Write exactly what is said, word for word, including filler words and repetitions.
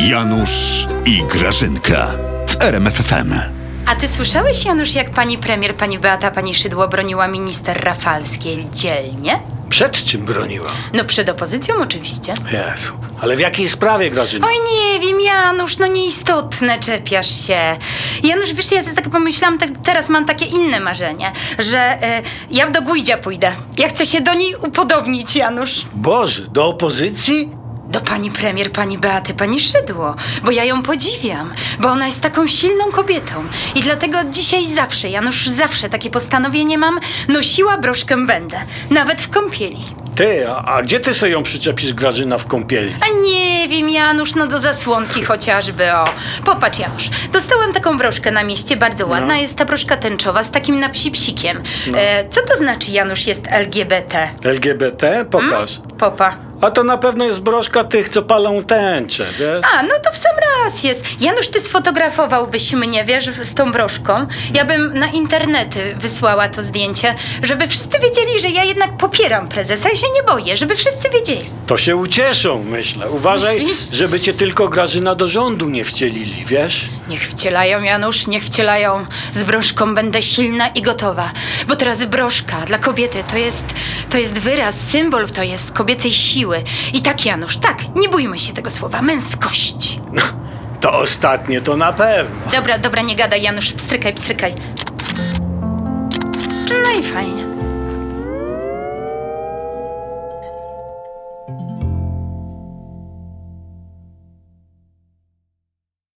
Janusz i Grażynka w R M F F M. A ty słyszałeś, Janusz, jak pani premier, pani Beata, pani Szydło broniła minister Rafalskiej dzielnie? Przed czym broniła? No przed opozycją oczywiście. Jezu, ale w jakiej sprawie, Grażyna? Oj, nie wiem, Janusz, no nieistotne, czepiasz się. Janusz, wiesz, ja tak pomyślałam, tak, teraz mam takie inne marzenie, że y, ja do Gujdzia pójdę. Ja chcę się do niej upodobnić, Janusz. Boże, do opozycji? Do pani premier, pani Beaty, pani Szydło, bo ja ją podziwiam, bo ona jest taką silną kobietą i dlatego od dzisiaj zawsze, Janusz, zawsze takie postanowienie mam, nosiła broszkę będę, nawet w kąpieli. Ty, a, a gdzie ty sobie ją przyczepisz, Grażyna, w kąpieli? A nie wiem, Janusz, no do zasłonki chociażby, o. Popatrz, Janusz, dostałam taką broszkę na mieście, bardzo ładna, No. jest ta broszka tęczowa z takim napsipsikiem. No. E, co to znaczy, Janusz, jest L G B T? L G B T? Pokaż. Popa. A to na pewno jest broszka tych, co palą tęczę, wiesz? A, no to w sam raz jest. Janusz, ty sfotografowałbyś mnie, wiesz, z tą broszką. Ja bym na internety wysłała to zdjęcie, żeby wszyscy wiedzieli, że ja jednak popieram prezesa i się nie boję, żeby wszyscy wiedzieli. To się ucieszą, myślę. Uważaj, Myślisz? żeby cię tylko, Grażyna, do rządu nie wcielili, wiesz? Niech wcielają, Janusz, niech wcielają. Z broszką będę silna i gotowa. Bo teraz broszka dla kobiety to jest, to jest wyraz, symbol to jest kobiecej siły. I tak, Janusz, tak, nie bójmy się tego słowa, męskości. No, to ostatnie to na pewno. Dobra, dobra, nie gadaj, Janusz, pstrykaj, pstrykaj. No i fajnie.